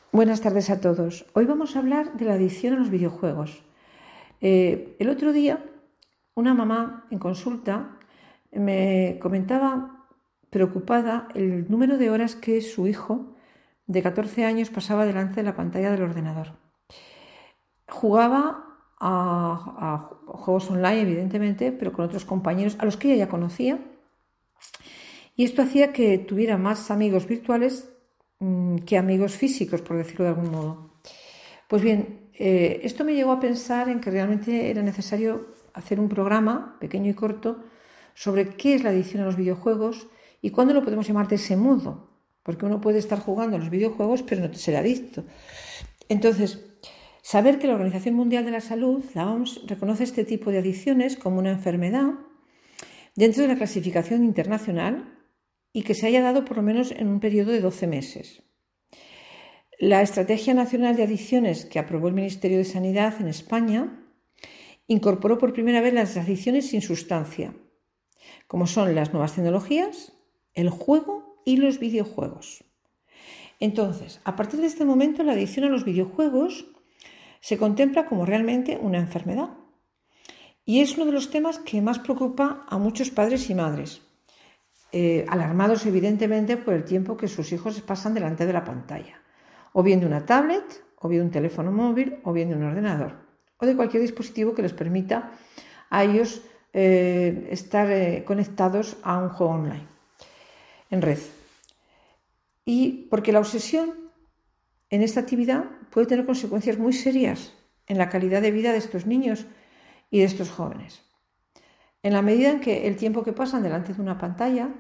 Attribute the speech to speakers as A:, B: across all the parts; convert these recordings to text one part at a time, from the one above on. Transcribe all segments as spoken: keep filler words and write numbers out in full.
A: Buenas tardes a todos. Hoy vamos a hablar de la adicción a los videojuegos. Eh, el otro día, una mamá en consulta me comentaba preocupada el número de horas que su hijo de catorce años pasaba delante de la pantalla del ordenador. Jugaba a, a juegos online, evidentemente, pero con otros compañeros a los que ella ya conocía, y esto hacía que tuviera más amigos virtuales que amigos físicos, por decirlo de algún modo. Pues bien, eh, esto me llevó a pensar en que realmente era necesario hacer un programa pequeño y corto sobre qué es la adicción a los videojuegos y cuándo lo podemos llamar de ese modo, porque uno puede estar jugando a los videojuegos pero no ser adicto. Entonces, saber que la Organización Mundial de la Salud, la O M S, reconoce este tipo de adicciones como una enfermedad dentro de la clasificación internacional y que se haya dado por lo menos en un periodo de doce meses. La Estrategia Nacional de Adicciones que aprobó el Ministerio de Sanidad en España incorporó por primera vez las adicciones sin sustancia, como son las nuevas tecnologías, el juego y los videojuegos. Entonces, a partir de este momento, la adicción a los videojuegos se contempla como realmente una enfermedad y es uno de los temas que más preocupa a muchos padres y madres, eh, alarmados evidentemente por el tiempo que sus hijos pasan delante de la pantalla, o bien de una tablet, o bien de un teléfono móvil, o bien de un ordenador, o de cualquier dispositivo que les permita a ellos eh, estar eh, conectados a un juego online, en red. Y porque la obsesión en esta actividad puede tener consecuencias muy serias en la calidad de vida de estos niños y de estos jóvenes. En la medida en que el tiempo que pasan delante de una pantalla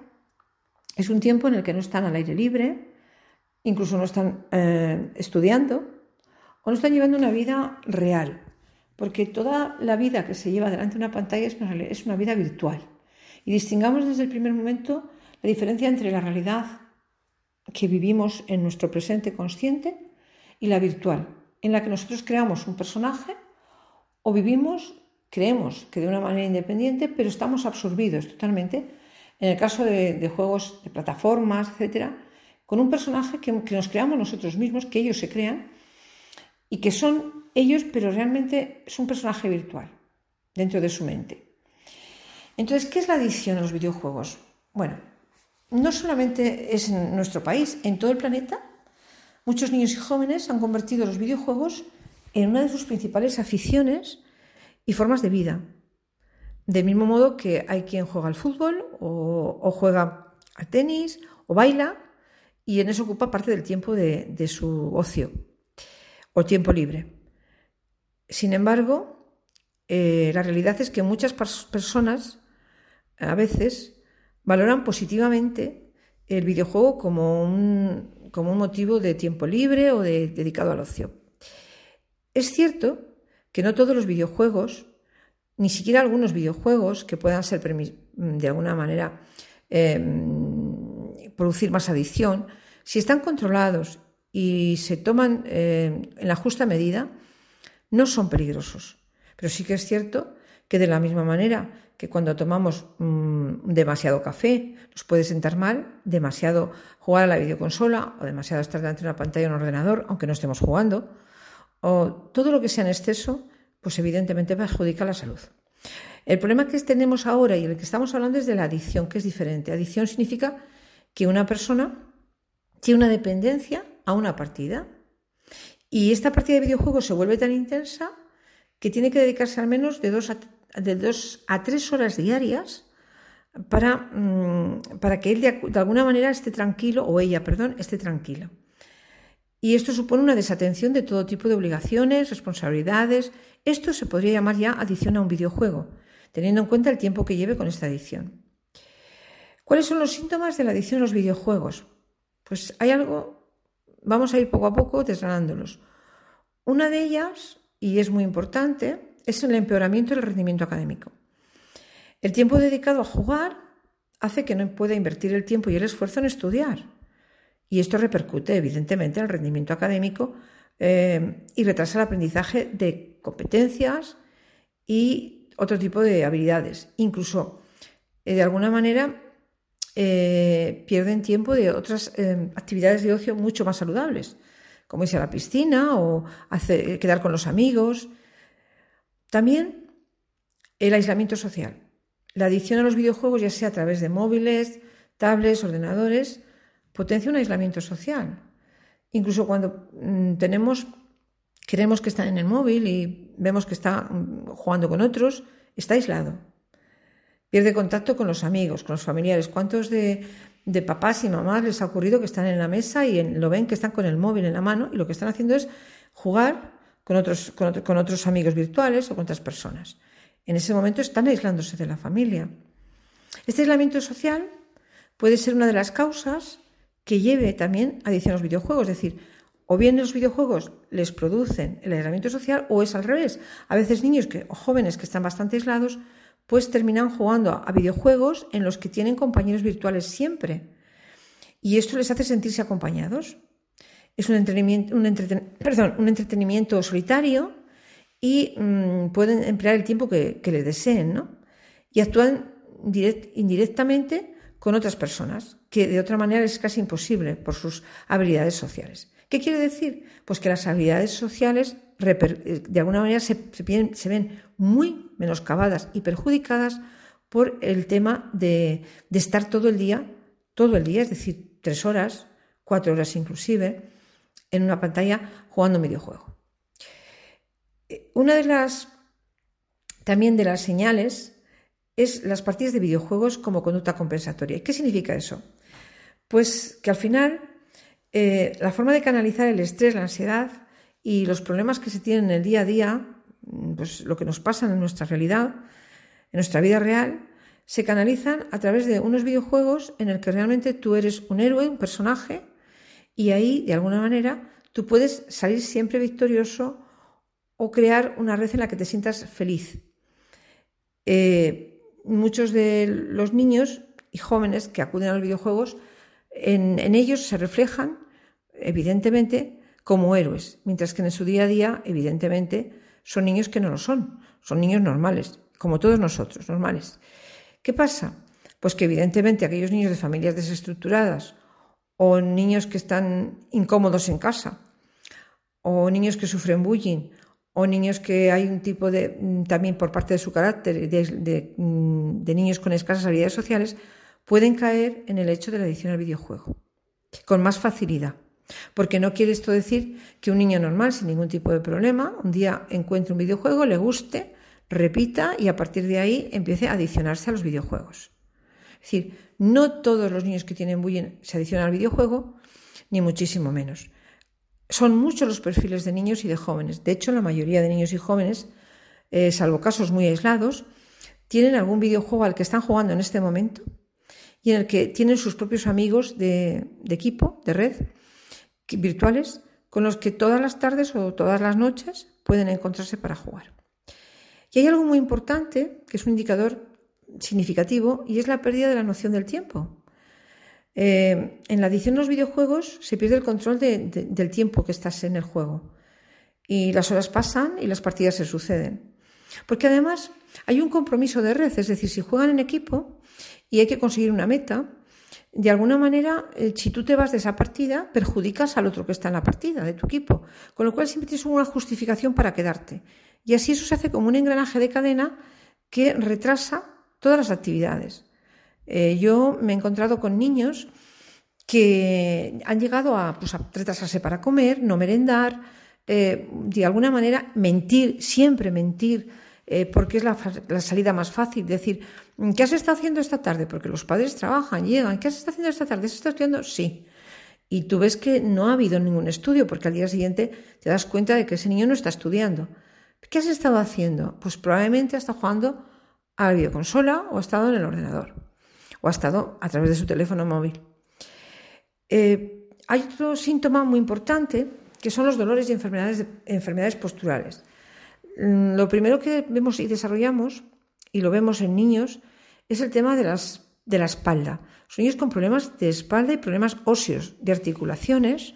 A: es un tiempo en el que no están al aire libre, incluso no están eh, estudiando o no están llevando una vida real, porque toda la vida que se lleva delante de una pantalla es una, es una vida virtual. Y distingamos desde el primer momento la diferencia entre la realidad que vivimos en nuestro presente consciente y la virtual, en la que nosotros creamos un personaje o vivimos, creemos que de una manera independiente, pero estamos absorbidos totalmente, en el caso de, de juegos de plataformas, etcétera, con un personaje que, que nos creamos nosotros mismos, que ellos se crean, y que son ellos, pero realmente es un personaje virtual dentro de su mente. Entonces, ¿qué es la adicción a los videojuegos? Bueno, no solamente es en nuestro país, en todo el planeta, muchos niños y jóvenes han convertido los videojuegos en una de sus principales aficiones y formas de vida. Del mismo modo que hay quien juega al fútbol o, o juega al tenis o baila, y en eso ocupa parte del tiempo de, de su ocio o tiempo libre. Sin embargo, eh, la realidad es que muchas personas a veces valoran positivamente el videojuego como un, como un motivo de tiempo libre o de, dedicado al ocio. Es cierto que no todos los videojuegos, ni siquiera algunos videojuegos que puedan ser de alguna manera eh, producir más adicción, si están controlados y se toman eh, en la justa medida, no son peligrosos. Pero sí que es cierto que de la misma manera que cuando tomamos mmm, demasiado café nos puede sentar mal, demasiado jugar a la videoconsola o demasiado estar delante de una pantalla en un ordenador, aunque no estemos jugando, o todo lo que sea en exceso, pues evidentemente perjudica la salud. El problema que tenemos ahora y el que estamos hablando es de la adicción, que es diferente. Adicción significa que una persona tiene una dependencia a una partida y esta partida de videojuegos se vuelve tan intensa que tiene que dedicarse al menos de dos a, de dos a tres horas diarias para, para que él de, de alguna manera esté tranquilo, o ella, perdón, esté tranquila. Y esto supone una desatención de todo tipo de obligaciones, responsabilidades. Esto se podría llamar ya adicción a un videojuego, teniendo en cuenta el tiempo que lleve con esta adicción. ¿Cuáles son los síntomas de la adicción a los videojuegos? Pues hay algo, vamos a ir poco a poco desgranándolos. Una de ellas, y es muy importante, es el empeoramiento del rendimiento académico. El tiempo dedicado a jugar hace que no pueda invertir el tiempo y el esfuerzo en estudiar. Y esto repercute evidentemente en el rendimiento académico eh, y retrasa el aprendizaje de competencias y otro tipo de habilidades. Incluso, eh, de alguna manera, eh, pierden tiempo de otras eh, actividades de ocio mucho más saludables, como irse a la piscina o hacer, quedar con los amigos. También el aislamiento social. La adicción a los videojuegos, ya sea a través de móviles, tablets, ordenadores, potencia un aislamiento social. Incluso cuando mmm, tenemos, creemos que está en el móvil y vemos que está mmm, jugando con otros, está aislado. Pierde contacto con los amigos, con los familiares. ¿Cuántos de, de papás y mamás les ha ocurrido que están en la mesa y en, lo ven que están con el móvil en la mano y lo que están haciendo es jugar con otros, con, otro, con otros amigos virtuales o con otras personas? En ese momento están aislándose de la familia. Este aislamiento social puede ser una de las causas que lleve también a adicción a los videojuegos. Es decir, o bien los videojuegos les producen el aislamiento social o es al revés. A veces niños que, o jóvenes que están bastante aislados pues terminan jugando a videojuegos en los que tienen compañeros virtuales siempre. Y esto les hace sentirse acompañados. Es un entretenimiento, un entreten, perdón, un entretenimiento solitario y mmm, pueden emplear el tiempo que, que les deseen, ¿no? Y actúan direct, indirectamente con otras personas, que de otra manera es casi imposible por sus habilidades sociales. ¿Qué quiere decir? Pues que las habilidades sociales de alguna manera se, se, se ven muy menoscabadas y perjudicadas por el tema de, de estar todo el día, todo el día, es decir, tres horas, cuatro horas inclusive, en una pantalla jugando un videojuego. Una de las, también de las señales es las partidas de videojuegos como conducta compensatoria. ¿Qué significa eso? Pues que al final eh, la forma de canalizar el estrés, la ansiedad y los problemas que se tienen en el día a día, pues lo que nos pasa en nuestra realidad, en nuestra vida real, se canalizan a través de unos videojuegos en el que realmente tú eres un héroe, un personaje, y ahí, de alguna manera, tú puedes salir siempre victorioso o crear una red en la que te sientas feliz. Eh, muchos de los niños y jóvenes que acuden a los videojuegos, en, en ellos se reflejan, evidentemente, como héroes, mientras que en su día a día, evidentemente, son niños que no lo son, son niños normales, como todos nosotros, normales. ¿Qué pasa? Pues que evidentemente aquellos niños de familias desestructuradas o niños que están incómodos en casa o niños que sufren bullying o niños que hay un tipo de, también por parte de su carácter, de, de, de niños con escasas habilidades sociales, pueden caer en el hecho de la adicción al videojuego con más facilidad. Porque no quiere esto decir que un niño normal, sin ningún tipo de problema, un día encuentre un videojuego, le guste, repita y a partir de ahí empiece a adicionarse a los videojuegos. Es decir, no todos los niños que tienen bullying se adicionan al videojuego, ni muchísimo menos. Son muchos los perfiles de niños y de jóvenes. De hecho, la mayoría de niños y jóvenes, eh, salvo casos muy aislados, tienen algún videojuego al que están jugando en este momento y en el que tienen sus propios amigos de, de equipo, de red, virtuales, con los que todas las tardes o todas las noches pueden encontrarse para jugar. Y hay algo muy importante, que es un indicador significativo, y es la pérdida de la noción del tiempo. Eh, en la adicción a los videojuegos se pierde el control de, de, del tiempo que estás en el juego. Y las horas pasan y las partidas se suceden. Porque además hay un compromiso de red, es decir, si juegan en equipo y hay que conseguir una meta, de alguna manera, si tú te vas de esa partida, perjudicas al otro que está en la partida, de tu equipo. Con lo cual siempre tienes una justificación para quedarte. Y así eso se hace como un engranaje de cadena que retrasa todas las actividades. Eh, yo me he encontrado con niños que han llegado a, pues, a retrasarse para comer, no merendar, eh, de alguna manera mentir, siempre mentir, eh, porque es la, la salida más fácil. Decir, ¿qué has estado haciendo esta tarde? Porque los padres trabajan, llegan. ¿Qué has estado haciendo esta tarde? ¿Has estado estudiando? Sí. Y tú ves que no ha habido ningún estudio, porque al día siguiente te das cuenta de que ese niño no está estudiando. ¿Qué has estado haciendo? Pues probablemente ha estado jugando a la videoconsola o ha estado en el ordenador o ha estado a través de su teléfono móvil. Eh, hay otro síntoma muy importante que son los dolores y enfermedades, enfermedades posturales. Lo primero que vemos y desarrollamos, y lo vemos en niños, es el tema de, las, de la espalda. Son niños con problemas de espalda y problemas óseos, de articulaciones.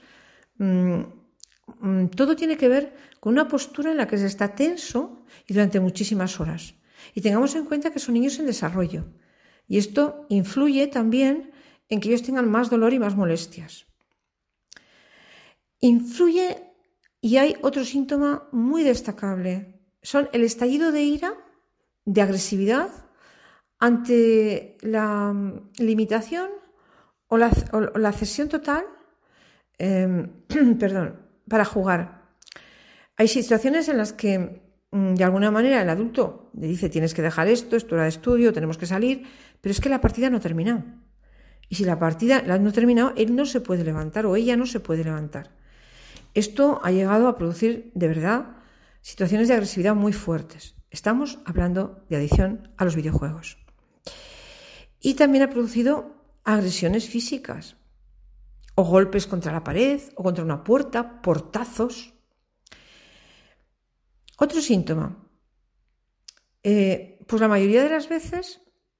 A: Todo tiene que ver con una postura en la que se está tenso y durante muchísimas horas. Y tengamos en cuenta que son niños en desarrollo. Y esto influye también en que ellos tengan más dolor y más molestias. Influye, y hay otro síntoma muy destacable, son el estallido de ira, de agresividad ante la limitación o la, o la cesión total, eh, perdón, para jugar. Hay situaciones en las que de alguna manera el adulto le dice tienes que dejar esto, esto era de estudio, tenemos que salir, pero es que la partida no ha terminado. Y si la partida no ha terminado, él no se puede levantar o ella no se puede levantar. Esto ha llegado a producir, de verdad, situaciones de agresividad muy fuertes. Estamos hablando de adicción a los videojuegos. Y también ha producido agresiones físicas, o golpes contra la pared, o contra una puerta, portazos. Otro síntoma, eh, pues la mayoría de las veces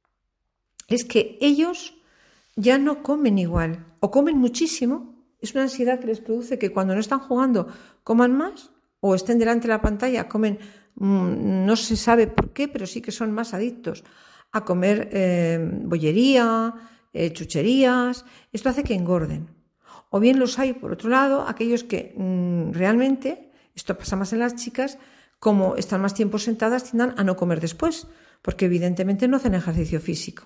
A: es que ellos ya no comen igual, o comen muchísimo. Es una ansiedad que les produce que cuando no están jugando coman más, o estén delante de la pantalla, comen, mmm, no se sabe por qué, pero sí que son más adictos a comer eh, bollería, eh, chucherías. Esto hace que engorden. O bien los hay, por otro lado, aquellos que mmm, realmente, esto pasa más en las chicas, como están más tiempo sentadas, tiendan a no comer después, porque evidentemente no hacen ejercicio físico.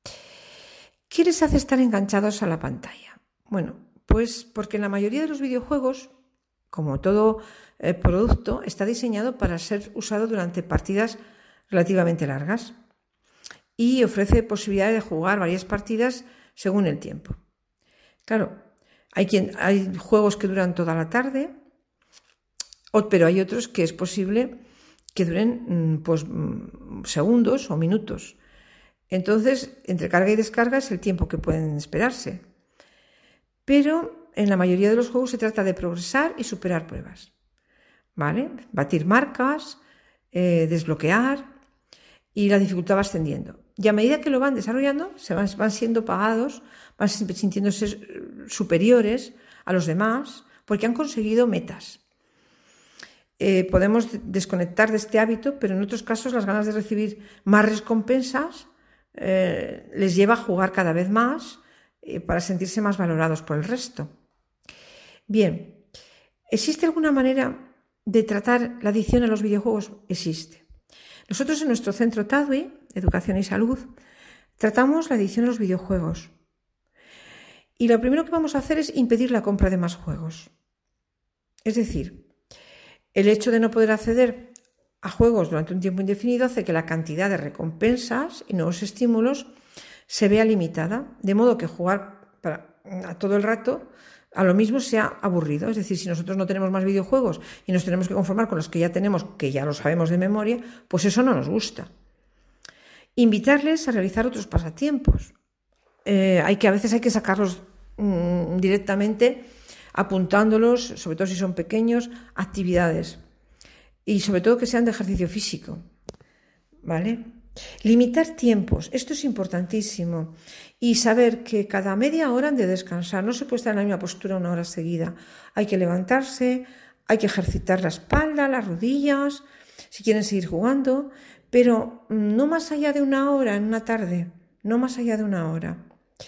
A: ¿Qué les hace estar enganchados a la pantalla? Bueno, pues porque en la mayoría de los videojuegos, como todo eh, producto, está diseñado para ser usado durante partidas relativamente largas y ofrece posibilidad de jugar varias partidas según el tiempo. Claro, hay, quien, hay juegos que duran toda la tarde, pero hay otros que es posible que duren pues, segundos o minutos. Entonces, entre carga y descarga es el tiempo que pueden esperarse. Pero en la mayoría de los juegos se trata de progresar y superar pruebas, ¿vale? Batir marcas, eh, desbloquear, y la dificultad va ascendiendo. Y a medida que lo van desarrollando, se van, van siendo pagados, van sintiéndose superiores a los demás porque han conseguido metas. Eh, podemos desconectar de este hábito, pero en otros casos las ganas de recibir más recompensas eh, les lleva a jugar cada vez más eh, para sentirse más valorados por el resto. Bien, ¿existe alguna manera de tratar la adicción a los videojuegos? Existe. Nosotros en nuestro centro TADWI, Educación y Salud, tratamos la adicción a los videojuegos. Y lo primero que vamos a hacer es impedir la compra de más juegos. Es decir, el hecho de no poder acceder a juegos durante un tiempo indefinido hace que la cantidad de recompensas y nuevos estímulos se vea limitada, de modo que jugar para, a todo el rato a lo mismo sea aburrido. Es decir, si nosotros no tenemos más videojuegos y nos tenemos que conformar con los que ya tenemos, que ya lo sabemos de memoria, pues eso no nos gusta. Invitarles a realizar otros pasatiempos. Eh, hay que, a veces hay que sacarlos mmm, directamente, apuntándolos, sobre todo si son pequeños, actividades. Y sobre todo que sean de ejercicio físico. ¿Vale? Limitar tiempos, esto es importantísimo. Y saber que cada media hora han de descansar, no se puede estar en la misma postura una hora seguida. Hay que levantarse, hay que ejercitar la espalda, las rodillas, si quieren seguir jugando, pero no más allá de una hora en una tarde, no más allá de una hora.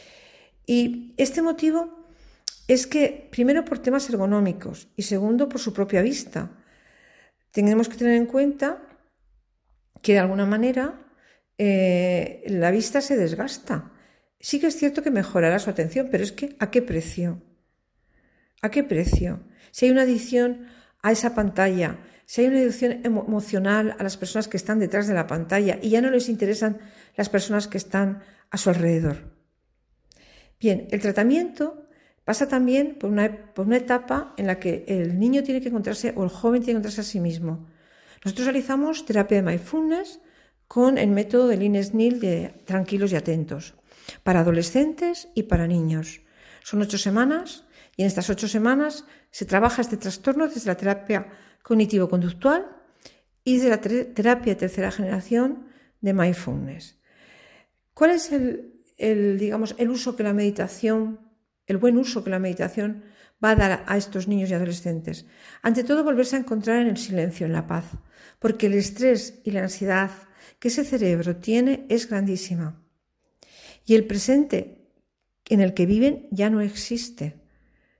A: Y este motivo es que, primero por temas ergonómicos y segundo por su propia vista. Tenemos que tener en cuenta que de alguna manera eh, la vista se desgasta. Sí que es cierto que mejorará su atención, pero es que ¿a qué precio? ¿A qué precio? Si hay una adicción a esa pantalla, si hay una adicción emo- emocional a las personas que están detrás de la pantalla y ya no les interesan las personas que están a su alrededor. Bien, el tratamiento pasa también por una, por una etapa en la que el niño tiene que encontrarse o el joven tiene que encontrarse a sí mismo. Nosotros realizamos terapia de mindfulness con el método de Lynn Sneal de Tranquilos y Atentos, para adolescentes y para niños. Son ocho semanas y en estas ocho semanas se trabaja este trastorno desde la terapia cognitivo-conductual y desde la terapia de tercera generación de mindfulness. ¿Cuál es el, el, digamos, el uso que la meditación, el buen uso que la meditación va a dar a estos niños y adolescentes? Ante todo, volverse a encontrar en el silencio, en la paz, porque el estrés y la ansiedad que ese cerebro tiene es grandísima. Y el presente en el que viven ya no existe.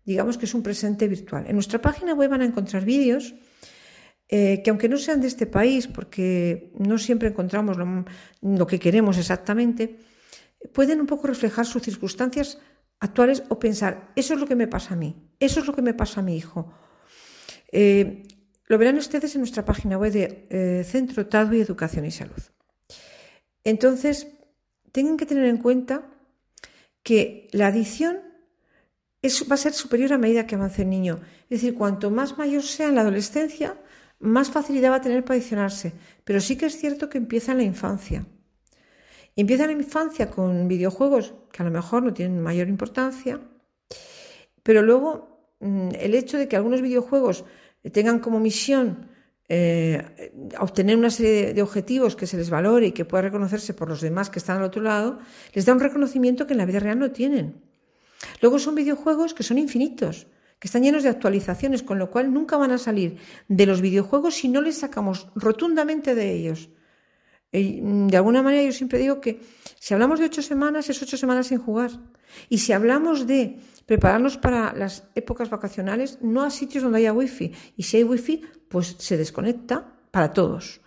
A: digamos que es un presente virtual. En nuestra página web van a encontrar vídeos eh, que aunque no sean de este país, porque no siempre encontramos lo, lo que queremos exactamente, pueden un poco reflejar sus circunstancias actuales o pensar, eso es lo que me pasa a mí, eso es lo que me pasa a mi hijo. Eh, lo verán ustedes en nuestra página web de eh, Centro Tadwi Educación y Salud. Entonces, tienen que tener en cuenta que la adicción es, va a ser superior a medida que avance el niño. Es decir, cuanto más mayor sea en la adolescencia, más facilidad va a tener para adiccionarse. Pero sí que es cierto que empieza en la infancia. Y empieza en la infancia con videojuegos que a lo mejor no tienen mayor importancia, pero luego el hecho de que algunos videojuegos tengan como misión eh, obtener una serie de, de objetivos que se les valore y que pueda reconocerse por los demás que están al otro lado, les da un reconocimiento que en la vida real no tienen. Luego son videojuegos que son infinitos, que están llenos de actualizaciones, con lo cual nunca van a salir de los videojuegos si no les sacamos rotundamente de ellos. De alguna manera yo siempre digo que si hablamos de ocho semanas es ocho semanas sin jugar, y si hablamos de prepararnos para las épocas vacacionales, no a sitios donde haya wifi, y si hay wifi pues se desconecta para todos.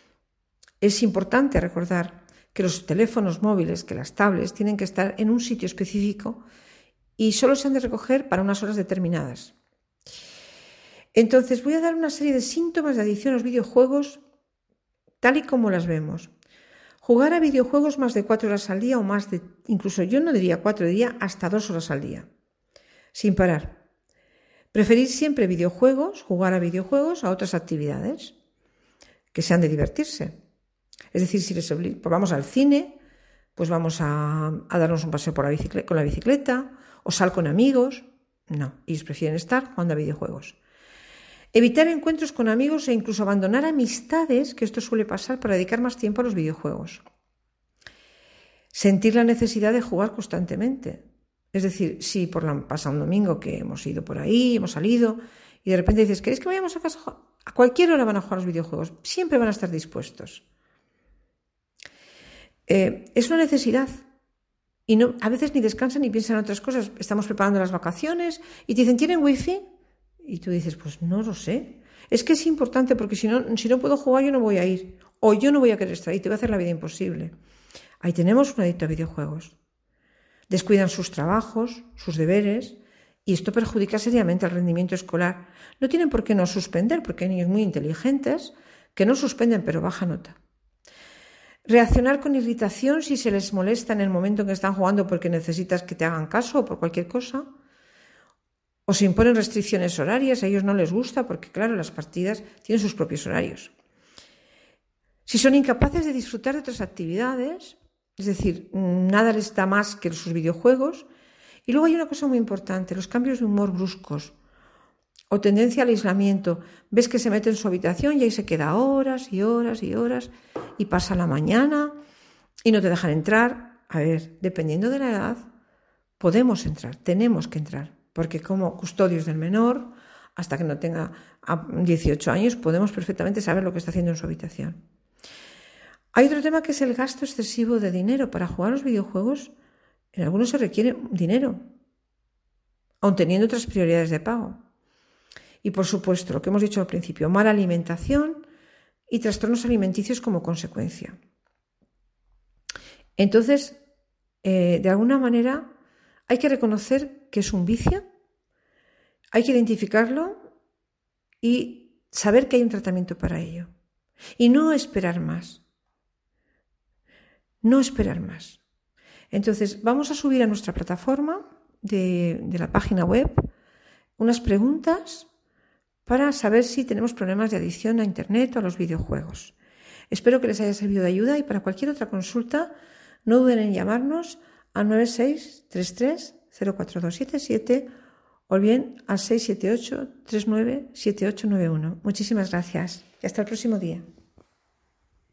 A: Es importante recordar que los teléfonos móviles, que las tablets tienen que estar en un sitio específico y solo se han de recoger para unas horas determinadas. Entonces voy a dar una serie de síntomas de adicción a los videojuegos tal y como las vemos. Jugar a videojuegos más de cuatro horas al día o más de, incluso yo no diría cuatro, diría hasta dos horas al día, sin parar. Preferir siempre videojuegos, jugar a videojuegos, a otras actividades que sean de divertirse. Es decir, si les obli- pues vamos al cine, pues vamos a, a darnos un paseo por la bicicleta, con la bicicleta, o sal con amigos. No, ellos prefieren estar jugando a videojuegos. Evitar encuentros con amigos e incluso abandonar amistades, que esto suele pasar, para dedicar más tiempo a los videojuegos. Sentir la necesidad de jugar constantemente. Es decir, si por la, pasa un domingo que hemos ido por ahí, hemos salido, y de repente dices, ¿queréis que vayamos a casa? A cualquier hora van a jugar los videojuegos. Siempre van a estar dispuestos. Eh, es una necesidad. Y no, a veces ni descansan ni piensan en otras cosas. Estamos preparando las vacaciones y te dicen, ¿tienen wifi? Y tú dices, pues no lo sé. Es que es importante porque si no, si no puedo jugar yo no voy a ir. O yo no voy a querer estar ahí, te voy a hacer la vida imposible. Ahí tenemos un adicto a videojuegos. Descuidan sus trabajos, sus deberes, y esto perjudica seriamente el rendimiento escolar. No tienen por qué no suspender, porque hay niños muy inteligentes que no suspenden, pero baja nota. Reaccionar con irritación si se les molesta en el momento en que están jugando porque necesitas que te hagan caso o por cualquier cosa. O se imponen restricciones horarias, a ellos no les gusta porque, claro, las partidas tienen sus propios horarios. Si son incapaces de disfrutar de otras actividades, es decir, nada les da más que sus videojuegos. Y luego hay una cosa muy importante, los cambios de humor bruscos o tendencia al aislamiento. Ves que se mete en su habitación y ahí se queda horas y horas y horas y pasa la mañana y no te dejan entrar. A ver, dependiendo de la edad, podemos entrar, tenemos que entrar, porque como custodios del menor, hasta que no tenga dieciocho años, podemos perfectamente saber lo que está haciendo en su habitación. Hay otro tema que es el gasto excesivo de dinero. Para jugar a los videojuegos, en algunos se requiere dinero, aun teniendo otras prioridades de pago. Y por supuesto, lo que hemos dicho al principio, mala alimentación y trastornos alimenticios como consecuencia. Entonces, eh, de alguna manera, hay que reconocer que es un vicio, hay que identificarlo y saber que hay un tratamiento para ello. Y no esperar más. No esperar más. Entonces, vamos a subir a nuestra plataforma de, de la página web unas preguntas para saber si tenemos problemas de adicción a Internet o a los videojuegos. Espero que les haya servido de ayuda y para cualquier otra consulta no duden en llamarnos al nueve seis tres tres cero cuatro dos siete siete o bien al seis siete ocho tres nueve siete ocho nueve uno. Muchísimas gracias y hasta el próximo día.